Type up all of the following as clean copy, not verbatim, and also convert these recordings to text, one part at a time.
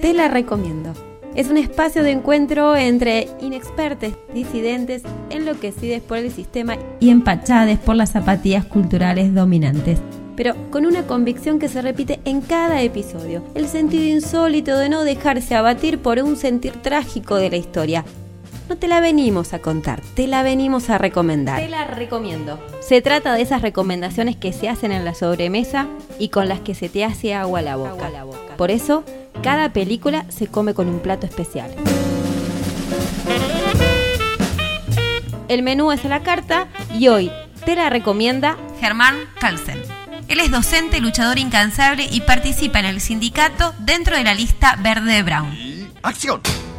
Te la recomiendo. Es un espacio de encuentro entre inexpertos, disidentes, enloquecidos por el sistema y empachados por las zapatillas culturales dominantes. Pero con una convicción que se repite en cada episodio, el sentido insólito de no dejarse abatir por un sentir trágico de la historia. No te la venimos a contar, te la venimos a recomendar. Te la recomiendo. Se trata de esas recomendaciones que se hacen en la sobremesa y con las que se te hace agua a la boca. Por eso, cada película se come con un plato especial. El menú es a la carta y hoy te la recomienda Germán Carlsen. Él es docente, luchador incansable y participa en el sindicato dentro de la lista verde de Brown. ¡Acción!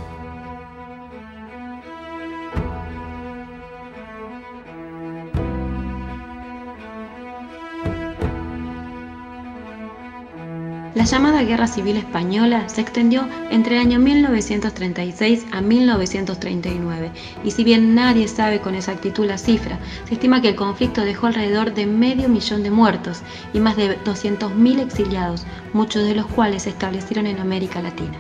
La llamada Guerra Civil Española se extendió entre el año 1936 a 1939 y si bien nadie sabe con exactitud la cifra, se estima que el conflicto dejó alrededor de 500.000 de muertos y más de 200.000 exiliados, muchos de los cuales se establecieron en América Latina.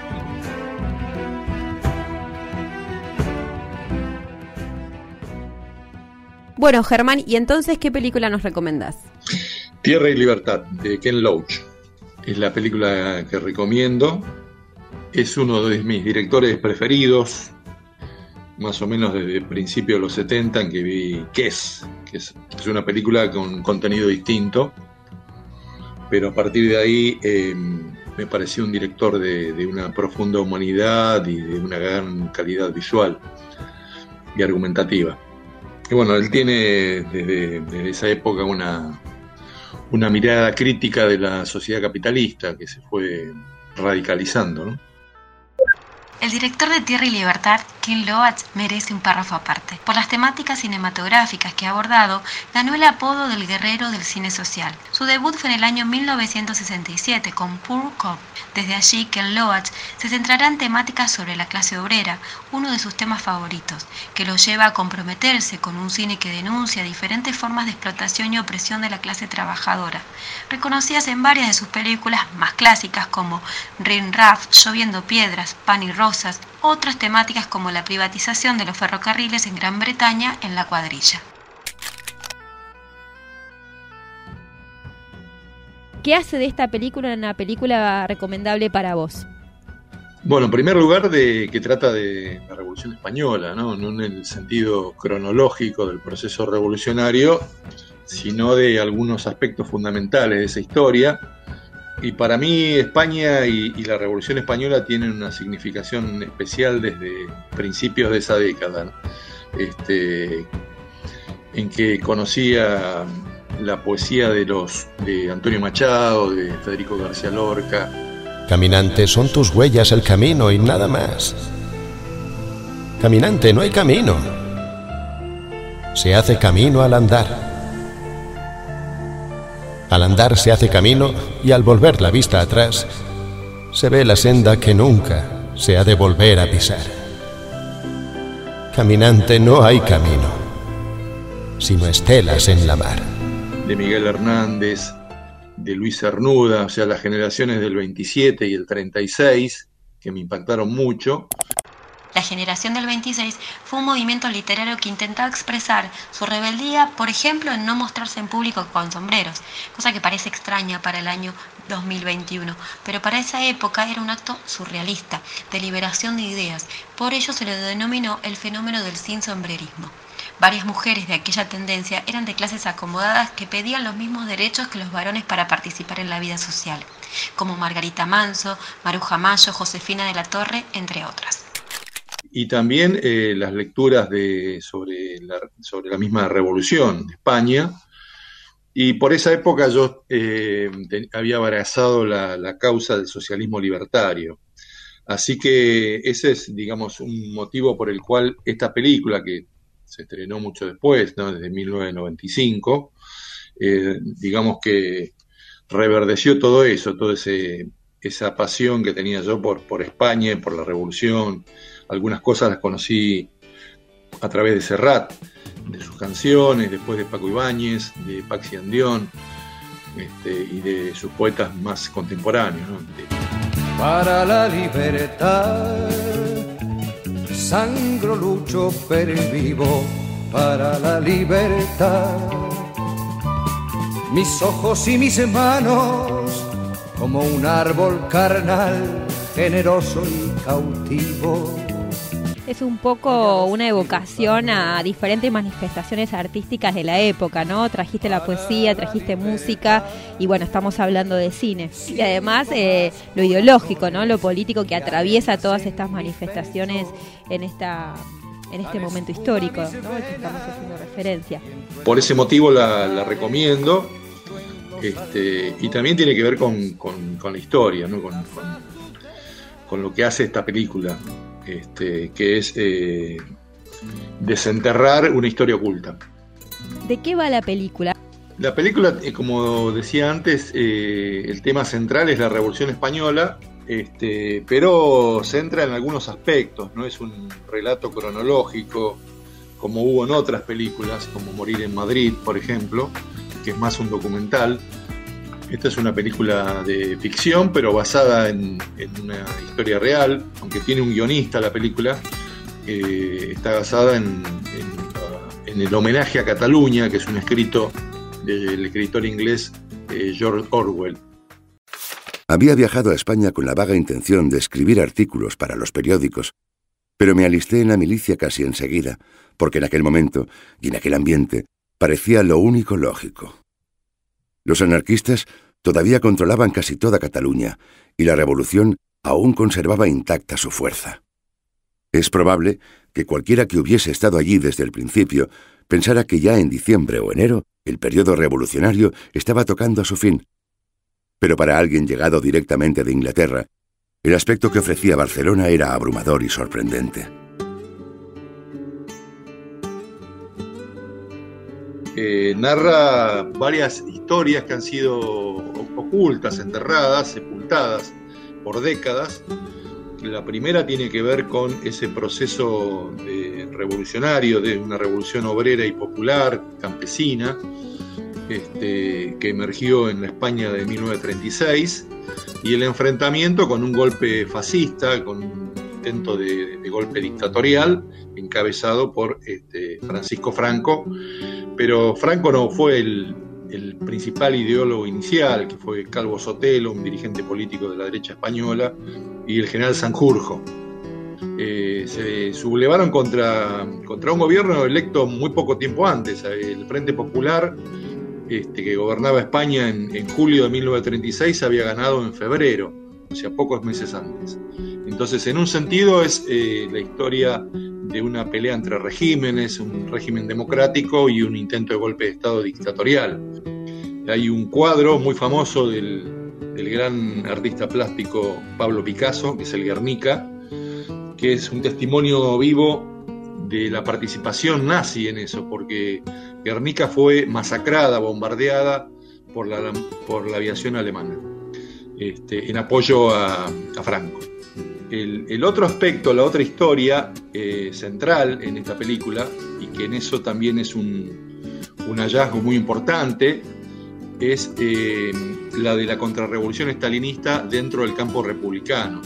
Bueno, Germán, ¿y entonces qué película nos recomendás? Tierra y Libertad, de Ken Loach. Es la película que recomiendo. Es uno de mis directores preferidos, más o menos desde el principio de los 70, en que vi Kes, que es una película con contenido distinto, pero a partir de ahí me pareció un director de una profunda humanidad y de una gran calidad visual y argumentativa. Y bueno, él tiene desde esa época una mirada crítica de la sociedad capitalista que se fue radicalizando, ¿no? El director de Tierra y Libertad, Ken Loach, merece un párrafo aparte. Por las temáticas cinematográficas que ha abordado, ganó el apodo del guerrero del cine social. Su debut fue en el año 1967 con Poor Cop. Desde allí, Ken Loach se centrará en temáticas sobre la clase obrera, uno de sus temas favoritos, que lo lleva a comprometerse con un cine que denuncia diferentes formas de explotación y opresión de la clase trabajadora, reconocidas en varias de sus películas más clásicas como Rin Raff, Lloviendo Piedras, Pan y Rosas, otras temáticas como la privatización de los ferrocarriles en Gran Bretaña en La Cuadrilla. ¿Qué hace de esta película una película recomendable para vos? Bueno, en primer lugar, que trata de la Revolución Española, ¿no? No en el sentido cronológico del proceso revolucionario, sino de algunos aspectos fundamentales de esa historia. Y para mí España y la Revolución Española tienen una significación especial desde principios de esa década, ¿no? En que conocía la poesía de Antonio Machado, de Federico García Lorca. Caminante, son tus huellas el camino y nada más. Caminante, no hay camino. Se hace camino al andar. Al andar se hace camino y al volver la vista atrás se ve la senda que nunca se ha de volver a pisar. Caminante, no hay camino, sino estelas en la mar. De Miguel Hernández, de Luis Cernuda, o sea, las generaciones del 27 y el 36, que me impactaron mucho. La generación del 26 fue un movimiento literario que intentaba expresar su rebeldía, por ejemplo, en no mostrarse en público con sombreros, cosa que parece extraña para el año 2021, pero para esa época era un acto surrealista, de liberación de ideas. Por ello se le denominó el fenómeno del sin sombrerismo. Varias mujeres de aquella tendencia eran de clases acomodadas que pedían los mismos derechos que los varones para participar en la vida social, como Margarita Manso, Maruja Mayo, Josefina de la Torre, entre otras. Y también las lecturas sobre la misma revolución de España. Y por esa época yo había abrazado la causa del socialismo libertario. Así que ese es, digamos, un motivo por el cual esta película, que se estrenó mucho después, ¿no? Desde 1995, digamos que reverdeció todo eso, toda esa pasión que tenía yo por España, por la revolución. Algunas cosas las conocí a través de Serrat, de sus canciones, después de Paco Ibáñez, de Paxi Andión, y de sus poetas más contemporáneos, ¿no? para la libertad. Sangro, lucho, pervivo para la libertad. Mis ojos y mis manos como un árbol carnal, generoso y cautivo. Es un poco una evocación a diferentes manifestaciones artísticas de la época, ¿no? Trajiste la poesía, trajiste música y bueno, estamos hablando de cine. Y además lo ideológico, ¿no? Lo político que atraviesa todas estas manifestaciones en este momento histórico, ¿no? Al que estamos haciendo referencia. Por ese motivo la recomiendo, y también tiene que ver con la historia, ¿no? Con lo que hace esta película. Que es desenterrar una historia oculta. ¿De qué va la película? La película, como decía antes, el tema central es la Revolución Española, pero centra en algunos aspectos, no es un relato cronológico como hubo en otras películas, como Morir en Madrid, por ejemplo, que es más un documental. Esta es una película de ficción, pero basada en una historia real, aunque tiene un guionista la película. Está basada en el homenaje a Cataluña, que es un escrito del escritor inglés George Orwell. Había viajado a España con la vaga intención de escribir artículos para los periódicos, pero me alisté en la milicia casi enseguida, porque en aquel momento y en aquel ambiente parecía lo único lógico. Los anarquistas todavía controlaban casi toda Cataluña y la revolución aún conservaba intacta su fuerza. Es probable que cualquiera que hubiese estado allí desde el principio pensara que ya en diciembre o enero el periodo revolucionario estaba tocando a su fin. Pero para alguien llegado directamente de Inglaterra, el aspecto que ofrecía Barcelona era abrumador y sorprendente. Narra varias historias que han sido ocultas, enterradas, sepultadas por décadas. La primera tiene que ver con ese proceso revolucionario, de una revolución obrera y popular, campesina, que emergió en la España de 1936, y el enfrentamiento con un golpe fascista, con un intento de golpe dictatorial, encabezado por Francisco Franco. Pero Franco no fue el principal ideólogo inicial, que fue Calvo Sotelo, un dirigente político de la derecha española, y el general Sanjurjo. Se sublevaron contra un gobierno electo muy poco tiempo antes. El Frente Popular, que gobernaba España en julio de 1936, había ganado en febrero, o sea, pocos meses antes. Entonces, en un sentido, es la historia de una pelea entre regímenes, un régimen democrático y un intento de golpe de Estado dictatorial. Hay un cuadro muy famoso del gran artista plástico Pablo Picasso, que es el Guernica, que es un testimonio vivo de la participación nazi en eso, porque Guernica fue masacrada, bombardeada por la aviación alemana, en apoyo a Franco. El otro aspecto, la otra historia central en esta película, y que en eso también es un hallazgo muy importante, es la de la contrarrevolución estalinista dentro del campo republicano.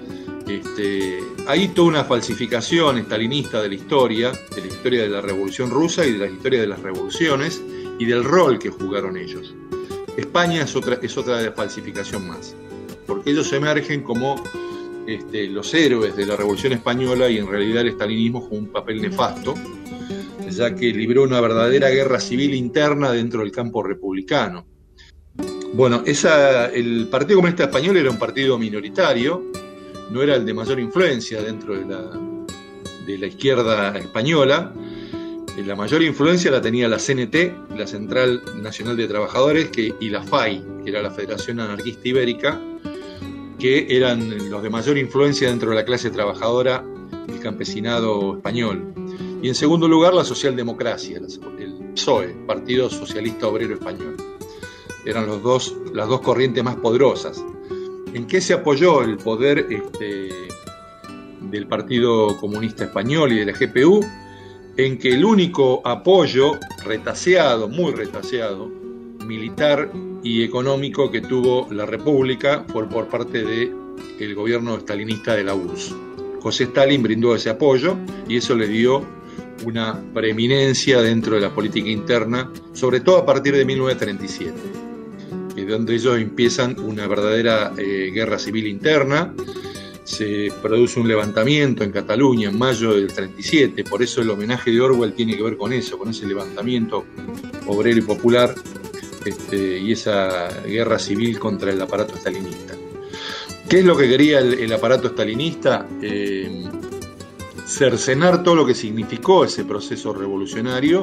Hay toda una falsificación estalinista de la historia de la Revolución Rusa y de la historia de las revoluciones y del rol que jugaron ellos. España es otra falsificación más, porque ellos emergen como los héroes de la Revolución Española, y en realidad el estalinismo jugó un papel nefasto, ya que libró una verdadera guerra civil interna dentro del campo republicano. Bueno, el Partido Comunista Español era un partido minoritario, no era el de mayor influencia dentro de la izquierda española. La mayor influencia la tenía la CNT, la Central Nacional de Trabajadores, y la FAI, que era la Federación Anarquista Ibérica, que eran los de mayor influencia dentro de la clase trabajadora, el campesinado español. Y en segundo lugar, la socialdemocracia, el PSOE, Partido Socialista Obrero Español. Eran las dos corrientes más poderosas. ¿En qué se apoyó el poder del Partido Comunista Español y de la GPU? En que el único apoyo retaseado, muy retaseado, militar y económico que tuvo la República fue por parte de el gobierno stalinista de la URSS. José Stalin brindó ese apoyo y eso le dio una preeminencia dentro de la política interna, sobre todo a partir de 1937, donde ellos empiezan una verdadera guerra civil interna. Se produce un levantamiento en Cataluña en mayo del 37, por eso el homenaje de Orwell tiene que ver con eso, con ese levantamiento obrero y popular, y esa guerra civil contra el aparato stalinista. ¿Qué es lo que quería el aparato stalinista? Cercenar todo lo que significó ese proceso revolucionario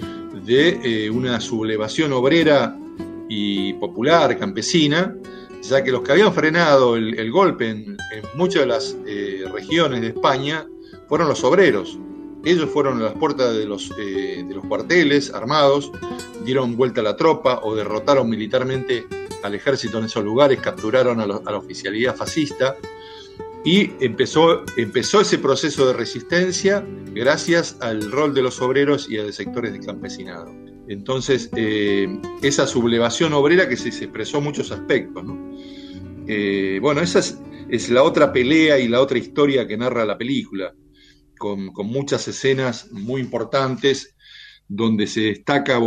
de una sublevación obrera y popular, campesina, ya que los que habían frenado el golpe en muchas de las regiones de España fueron los obreros. Ellos fueron a las puertas de los cuarteles armados, dieron vuelta a la tropa o derrotaron militarmente al ejército en esos lugares, capturaron a la oficialidad fascista y empezó ese proceso de resistencia gracias al rol de los obreros y a los sectores del campesinado. Entonces, esa sublevación obrera que se expresó en muchos aspectos, ¿no? Esa es la otra pelea y la otra historia que narra la película, con muchas escenas muy importantes donde se destaca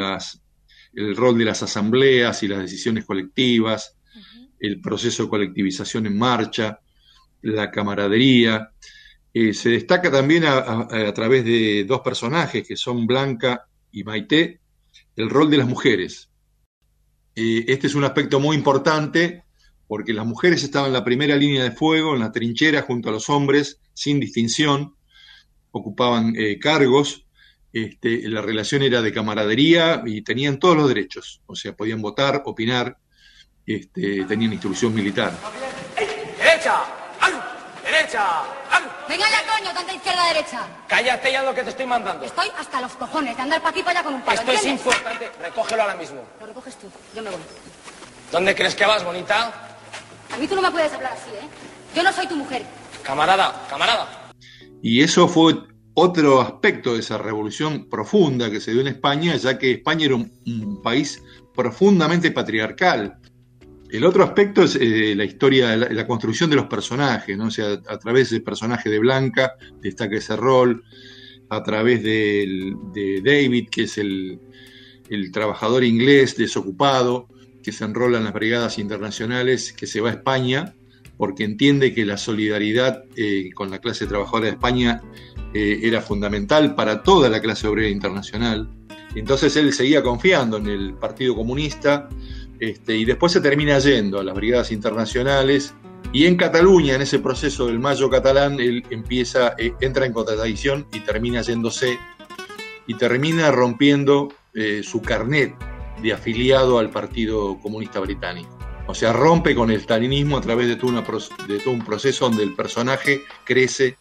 el rol de las asambleas y las decisiones colectivas, el proceso de colectivización en marcha, la camaradería. Se destaca también a través de dos personajes que son Blanca y Maite, el rol de las mujeres. Este es un aspecto muy importante porque las mujeres estaban en la primera línea de fuego, en la trinchera junto a los hombres, sin distinción, ocupaban cargos, la relación era de camaradería y tenían todos los derechos, o sea, podían votar, opinar, tenían instrucción militar. ¡Derecha! ¡Derecha! Venga ya, coño, tanta izquierda-derecha. Cállate ya lo que te estoy mandando. Estoy hasta los cojones de andar para aquí y para allá con un palo. Esto es importante. Recógelo ahora mismo. Lo recoges tú, yo me voy. ¿Dónde crees que vas, bonita? A mí tú no me puedes hablar así, ¿eh? Yo no soy tu mujer. Camarada. Y eso fue otro aspecto de esa revolución profunda que se dio en España, ya que España era un país profundamente patriarcal. El otro aspecto es la historia, la construcción de los personajes, ¿no? O sea, a través del personaje de Blanca destaca ese rol, a través de David, que es el trabajador inglés desocupado, que se enrola en las brigadas internacionales, que se va a España, porque entiende que la solidaridad con la clase trabajadora de España era fundamental para toda la clase obrera internacional. Entonces él seguía confiando en el Partido Comunista, y después se termina yendo a las brigadas internacionales, y en Cataluña, en ese proceso del Mayo catalán, él entra en contradicción y termina yéndose, y termina rompiendo su carnet de afiliado al Partido Comunista Británico. O sea, rompe con el stalinismo a través de todo un proceso donde el personaje crece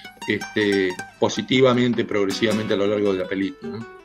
positivamente, progresivamente a lo largo de la película, ¿no?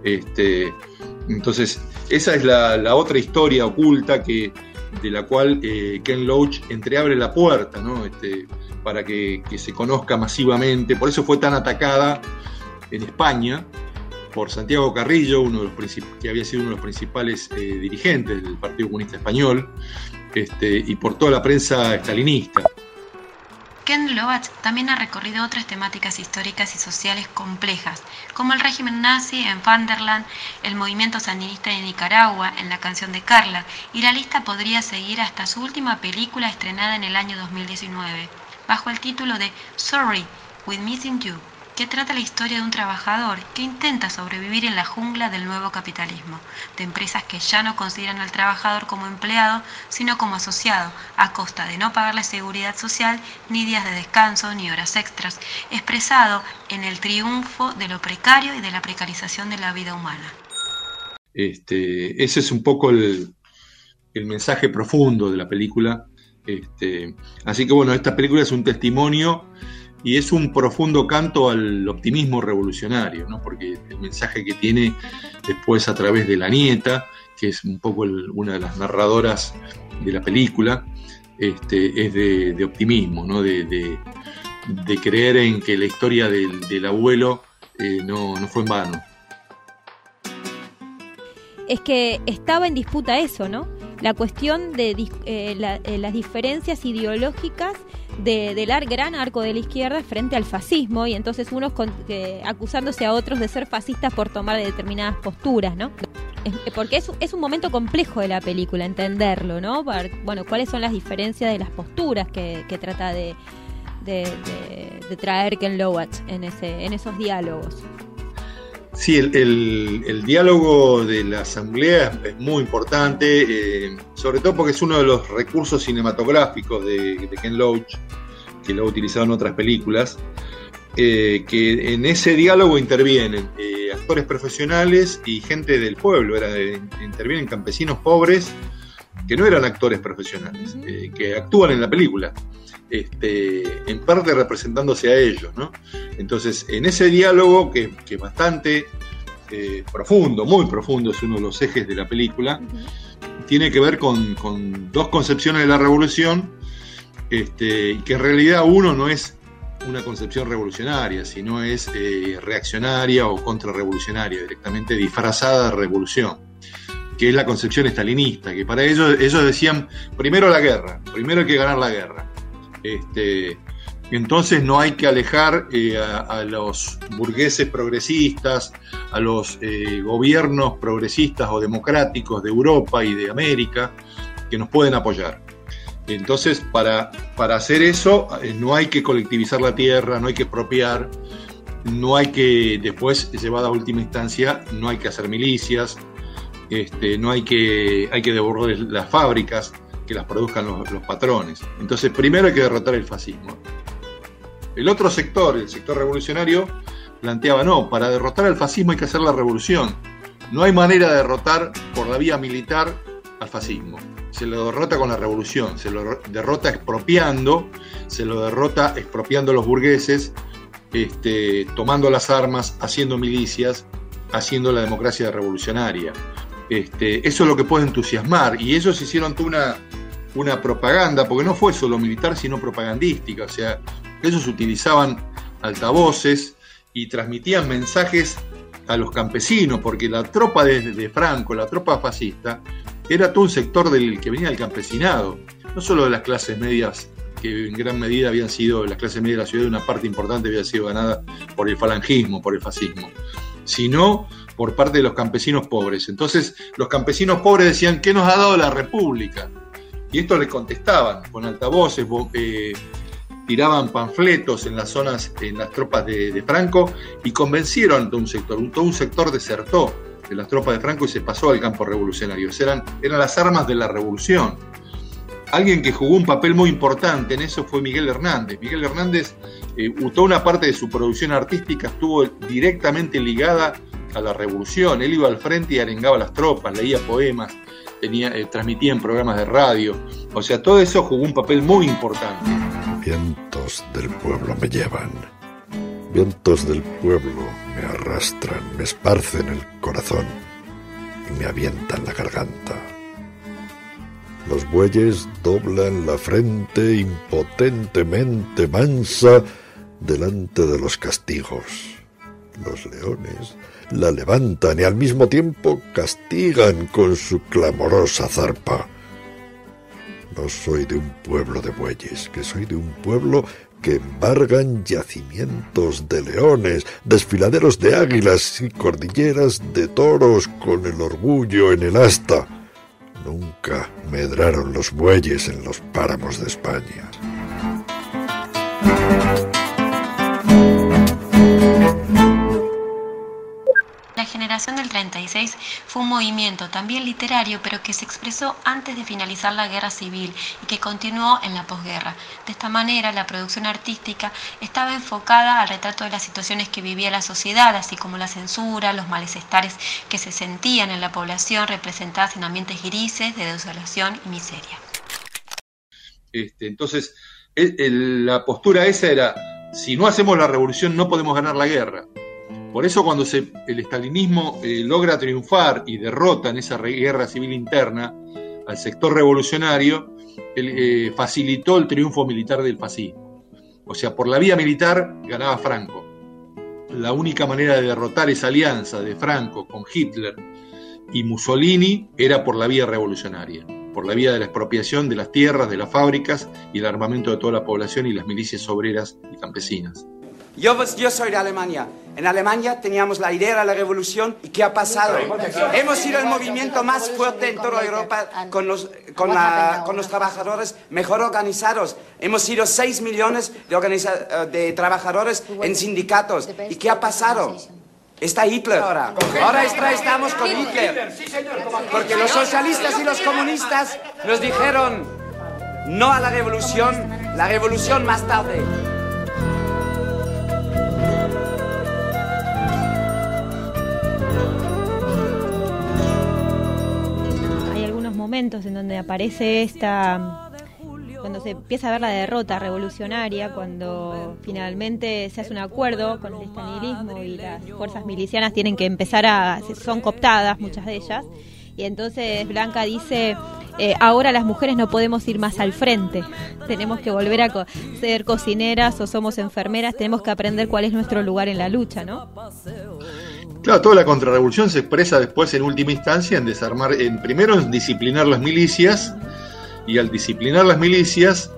Entonces, esa es la otra historia oculta de la cual Ken Loach entreabre la puerta, ¿no? Para que se conozca masivamente. Por eso fue tan atacada en España por Santiago Carrillo, que había sido uno de los principales dirigentes del Partido Comunista Español, y por toda la prensa estalinista. Ken Loach también ha recorrido otras temáticas históricas y sociales complejas, como el régimen nazi en Vanderland, el movimiento sandinista en Nicaragua, en La canción de Carla, y la lista podría seguir hasta su última película estrenada en el año 2019, bajo el título de Sorry, We're Missing You, que trata la historia de un trabajador que intenta sobrevivir en la jungla del nuevo capitalismo, de empresas que ya no consideran al trabajador como empleado, sino como asociado, a costa de no pagarle seguridad social, ni días de descanso, ni horas extras, expresado en el triunfo de lo precario y de la precarización de la vida humana. Ese es un poco el mensaje profundo de la película. Así que bueno, esta película es un testimonio y es un profundo canto al optimismo revolucionario, ¿no? Porque el mensaje que tiene después a través de la nieta, que es un poco una de las narradoras de la película, es de optimismo, ¿no? De creer en que la historia del abuelo no fue en vano. Es que estaba en disputa eso, ¿no? la cuestión de las diferencias ideológicas del gran arco de la izquierda frente al fascismo, y entonces unos acusándose a otros de ser fascistas por tomar determinadas posturas, ¿no? Porque es un momento complejo de la película, entenderlo, ¿no? Bueno, cuáles son las diferencias de las posturas que trata de traer Ken Loach en esos diálogos. Sí, el diálogo de la asamblea es muy importante, sobre todo porque es uno de los recursos cinematográficos de Ken Loach, que lo ha utilizado en otras películas, que en ese diálogo intervienen actores profesionales y gente del pueblo, intervienen campesinos pobres que no eran actores profesionales, que actúan en la película. En parte representándose a ellos, ¿no? Entonces, en ese diálogo, que es bastante profundo, muy profundo, es uno de los ejes de la película, tiene que ver con dos concepciones de la revolución, y que en realidad uno no es una concepción revolucionaria, sino es reaccionaria o contrarrevolucionaria, directamente disfrazada de revolución, que es la concepción estalinista, que para ellos decían, primero la guerra, primero hay que ganar la guerra. Entonces no hay que alejar a los burgueses progresistas, a los gobiernos progresistas o democráticos de Europa y de América que nos pueden apoyar. Entonces para hacer eso no hay que colectivizar la tierra, no hay que expropiar, no hay que, después llevada a última instancia, no hay que hacer milicias, no hay que devolver las fábricas, que las produzcan los patrones. Entonces, primero hay que derrotar el fascismo. El otro sector, el sector revolucionario, planteaba, no, para derrotar al fascismo hay que hacer la revolución. No hay manera de derrotar por la vía militar al fascismo. Se lo derrota con la revolución, se lo derrota expropiando, a los burgueses, tomando las armas, haciendo milicias, haciendo la democracia revolucionaria. Eso es lo que puede entusiasmar, y ellos hicieron toda una propaganda, porque no fue solo militar, sino propagandística. O sea, ellos utilizaban altavoces y transmitían mensajes a los campesinos, porque la tropa de Franco, la tropa fascista, era todo un sector que venía del campesinado, no solo de las clases medias, que en gran medida habían sido, las clases medias de la ciudad, una parte importante había sido ganada por el falangismo, por el fascismo, sino por parte de los campesinos pobres. Entonces los campesinos pobres decían, ¿qué nos ha dado la República? Y esto le contestaban con altavoces, tiraban panfletos en las zonas, en las tropas de Franco, y convencieron a todo un sector desertó de las tropas de Franco y se pasó al campo revolucionario. Eran las armas de la revolución. Alguien que jugó un papel muy importante en eso fue Miguel Hernández. Miguel Hernández, toda una parte de su producción artística estuvo directamente ligada a la revolución. Él iba al frente y arengaba a las tropas, leía poemas, transmitía en programas de radio. O sea, todo eso jugó un papel muy importante. Vientos del pueblo me llevan. Vientos del pueblo me arrastran, me esparcen el corazón y me avientan la garganta. Los bueyes doblan la frente impotentemente mansa delante de los castigos. Los leones la levantan y al mismo tiempo castigan con su clamorosa zarpa. No soy de un pueblo de bueyes, que soy de un pueblo que embargan yacimientos de leones, desfiladeros de águilas y cordilleras de toros con el orgullo en el asta. Nunca medraron los bueyes en los páramos de España. La generación del 36 fue un movimiento también literario, pero que se expresó antes de finalizar la guerra civil y que continuó en la posguerra. De esta manera, la producción artística estaba enfocada al retrato de las situaciones que vivía la sociedad, así como la censura, los malestares que se sentían en la población, representadas en ambientes grises de desolación y miseria. Entonces, la postura esa era, si no hacemos la revolución no podemos ganar la guerra. Por eso cuando el estalinismo logra triunfar y derrota en esa guerra civil interna al sector revolucionario, facilitó el triunfo militar del fascismo. O sea, por la vía militar ganaba Franco. La única manera de derrotar esa alianza de Franco con Hitler y Mussolini era por la vía revolucionaria. por la vía de la expropiación de las tierras, de las fábricas y el armamento de toda la población y las milicias obreras y campesinas. Yo soy de Alemania. En Alemania teníamos la idea de la revolución. ¿Y qué ha pasado? Hemos sido el movimiento más fuerte en toda Europa con los trabajadores mejor organizados. Hemos sido 6 millones de trabajadores en sindicatos. ¿Y qué ha pasado? Está Hitler ahora. Ahora estamos con Hitler. Porque los socialistas y los comunistas nos dijeron no a la revolución más tarde. Momentos en donde aparece cuando se empieza a ver la derrota revolucionaria, cuando finalmente se hace un acuerdo con el estalinismo y las fuerzas milicianas tienen que empezar son cooptadas, muchas de ellas, y entonces Blanca dice, ahora las mujeres no podemos ir más al frente, tenemos que volver a ser cocineras o somos enfermeras, tenemos que aprender cuál es nuestro lugar en la lucha, ¿no? Claro, toda la contrarrevolución se expresa después en última instancia en desarmar, primero en disciplinar las milicias, y al disciplinar las milicias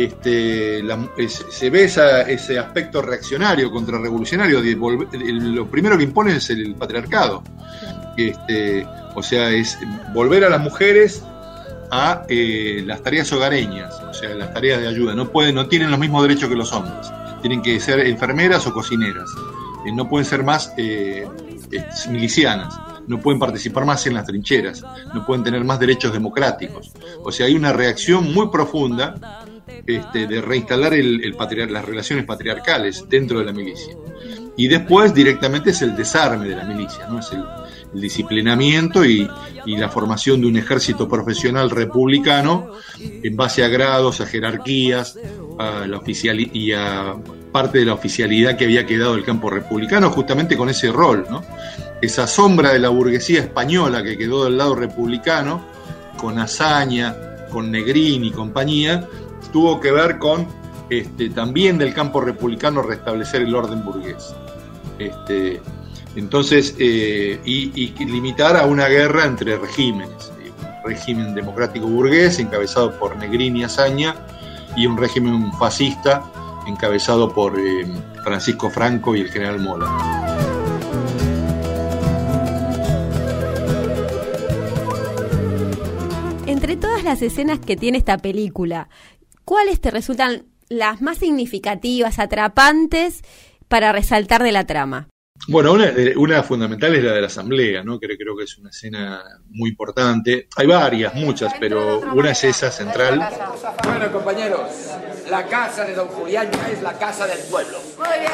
se ve ese aspecto reaccionario, contrarrevolucionario. Lo primero que impone es el patriarcado, o sea, es volver a las mujeres a las tareas hogareñas, o sea, las tareas de ayuda. No tienen los mismos derechos que los hombres, tienen que ser enfermeras o cocineras, no pueden ser más milicianas, no pueden participar más en las trincheras, no pueden tener más derechos democráticos. O sea, hay una reacción muy profunda de reinstalar las relaciones patriarcales dentro de la milicia. Y después directamente es el desarme de la milicia, ¿no? Es el disciplinamiento y la formación de un ejército profesional republicano en base a grados, a jerarquías, a la y a parte de la oficialidad que había quedado del campo republicano, justamente con ese rol, ¿no? Esa sombra de la burguesía española que quedó del lado republicano, con Azaña, con Negrín y compañía, tuvo que ver con también del campo republicano restablecer el orden burgués. Entonces, y limitar a una guerra entre regímenes, un régimen democrático burgués encabezado por Negrín y Azaña, y un régimen fascista encabezado por Francisco Franco y el general Mola. Entre todas las escenas que tiene esta película, ¿cuáles te resultan las más significativas, atrapantes, para resaltar de la trama? Bueno, una fundamental es la de la asamblea, ¿no? Creo que es una escena muy importante. Hay varias, muchas, pero una es esa central. Bueno, compañeros, la casa de don Julián ya es la casa del pueblo. Muy bien.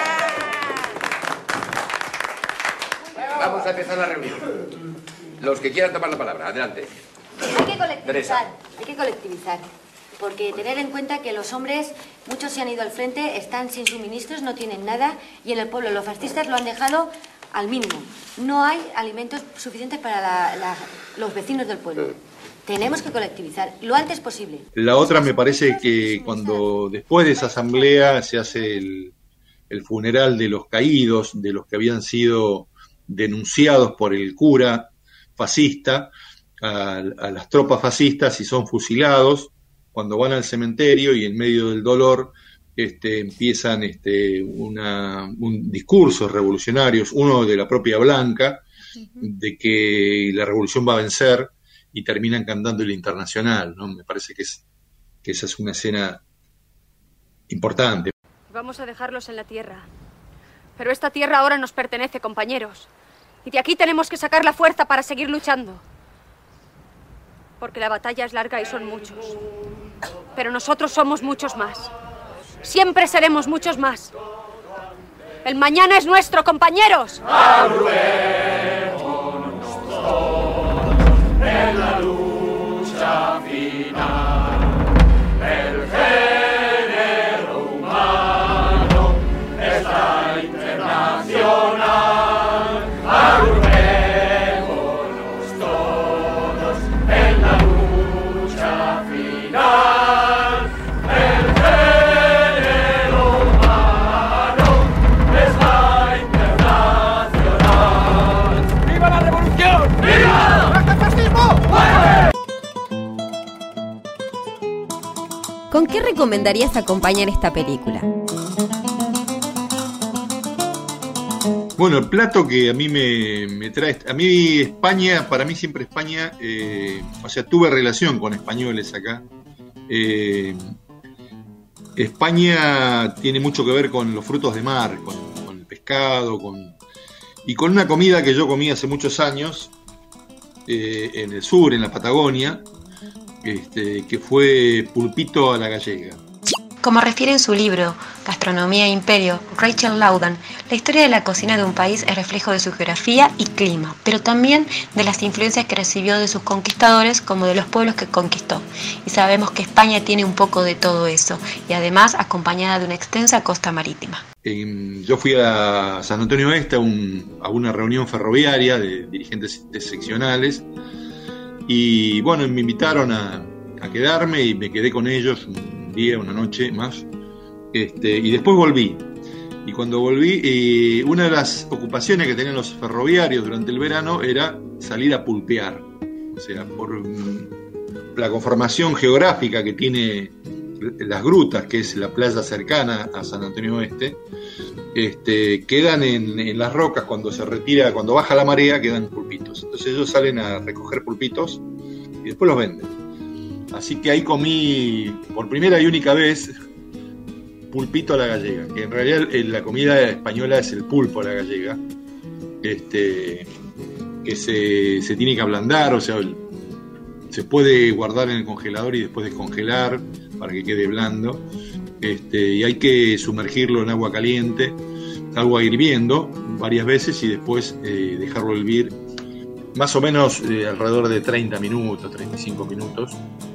Vamos a empezar la reunión. Los que quieran tomar la palabra, adelante. Hay que colectivizar. Porque tener en cuenta que los hombres, muchos se han ido al frente, están sin suministros, no tienen nada, y en el pueblo los fascistas lo han dejado al mínimo. No hay alimentos suficientes para los vecinos del pueblo. Tenemos que colectivizar lo antes posible. La otra me parece que cuando después de esa asamblea se hace el funeral de los caídos, de los que habían sido denunciados por el cura fascista, a las tropas fascistas y son fusilados. Cuando van al cementerio y en medio del dolor empiezan un discurso revolucionarios, uno de la propia Blanca, de que la revolución va a vencer, y terminan cantando el Internacional, ¿no? Me parece que esa es una escena importante. Vamos a dejarlos en la tierra, pero esta tierra ahora nos pertenece, compañeros, y de aquí tenemos que sacar la fuerza para seguir luchando. Porque la batalla es larga y son muchos. Pero nosotros somos muchos más. Siempre seremos muchos más. El mañana es nuestro, compañeros. En la lucha final, el género humano está internacional. recomendarías acompañar esta película? Bueno, el plato que a mí me trae, a mí España, para mí siempre España, o sea, tuve relación con españoles acá. España tiene mucho que ver con los frutos de mar, con el pescado, y con una comida que yo comí hace muchos años en el sur, en la Patagonia, que fue pulpito a la gallega. Como refiere en su libro Gastronomía e Imperio, Rachel Laudan, la historia de la cocina de un país es reflejo de su geografía y clima, pero también de las influencias que recibió de sus conquistadores como de los pueblos que conquistó. Y sabemos que España tiene un poco de todo eso, y además acompañada de una extensa costa marítima. Yo fui a San Antonio Oeste a una reunión ferroviaria de dirigentes seccionales, y bueno, me invitaron a quedarme y me quedé con ellos un día, una noche más, y después volví. Y cuando volví, una de las ocupaciones que tenían los ferroviarios durante el verano era salir a pulpear. O sea, por la conformación geográfica que tiene las grutas, que es la playa cercana a San Antonio Oeste, quedan en las rocas cuando se retira, cuando baja la marea, quedan pulpitos. Entonces ellos salen a recoger pulpitos y después los venden. Así que ahí comí por primera y única vez pulpito a la gallega, que en realidad la comida española es el pulpo a la gallega, que se tiene que ablandar, o sea, se puede guardar en el congelador y después descongelar para que quede blando, y hay que sumergirlo en agua caliente, agua hirviendo varias veces y después dejarlo hervir más o menos alrededor de 30 minutos, 35 minutos.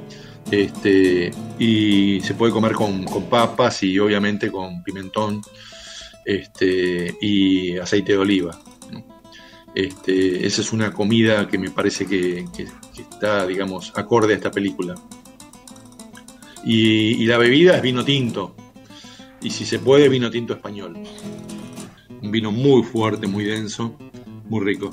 Y se puede comer con papas y obviamente con pimentón y aceite de oliva, ¿no? Esa es una comida que me parece que está, digamos, acorde a esta película. Y la bebida es vino tinto, y si se puede, vino tinto español. Un vino muy fuerte, muy denso, muy rico.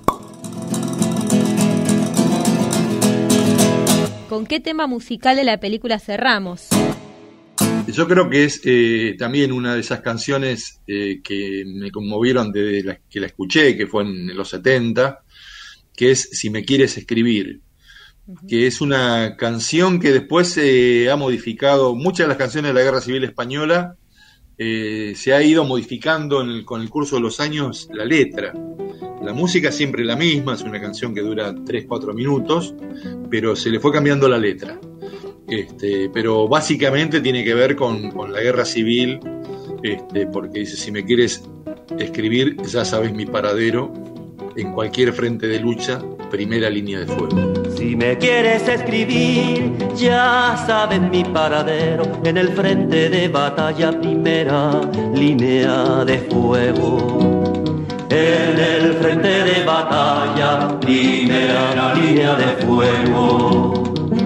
¿Con qué tema musical de la película cerramos? Yo creo que es también una de esas canciones que me conmovieron desde que la escuché, que fue en los 70, que es Si me quieres escribir, que es una canción que después se ha modificado. Muchas de las canciones de la Guerra Civil Española se ha ido modificando con el curso de los años la letra. La música siempre es la misma, es una canción que dura 3-4 minutos, pero se le fue cambiando la letra. Pero básicamente tiene que ver con la guerra civil, porque dice: si me quieres escribir, ya sabes mi paradero, en cualquier frente de lucha, primera línea de fuego. Si me quieres escribir, ya sabes mi paradero, en el frente de batalla, primera línea de fuego. En el frente de batalla, primera línea de fuego.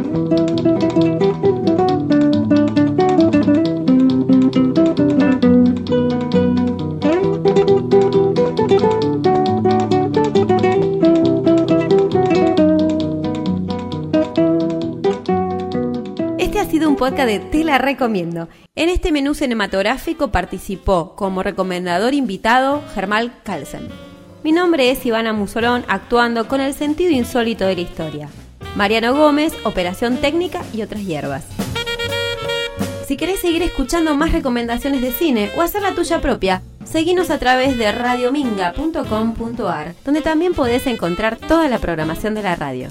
Un podcast de Te la recomiendo. En este menú cinematográfico participó como recomendador invitado Germán Carlsen. Mi nombre es Ivana Musolón, actuando con el sentido insólito de la historia. Mariano Gómez, operación técnica y otras hierbas. Si querés seguir escuchando más recomendaciones de cine o hacer la tuya propia, seguinos a través de radiominga.com.ar, donde también podés encontrar toda la programación de la radio.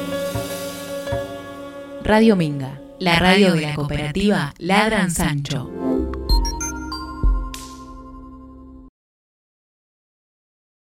Radio Minga, la radio de la cooperativa Ladran Sancho.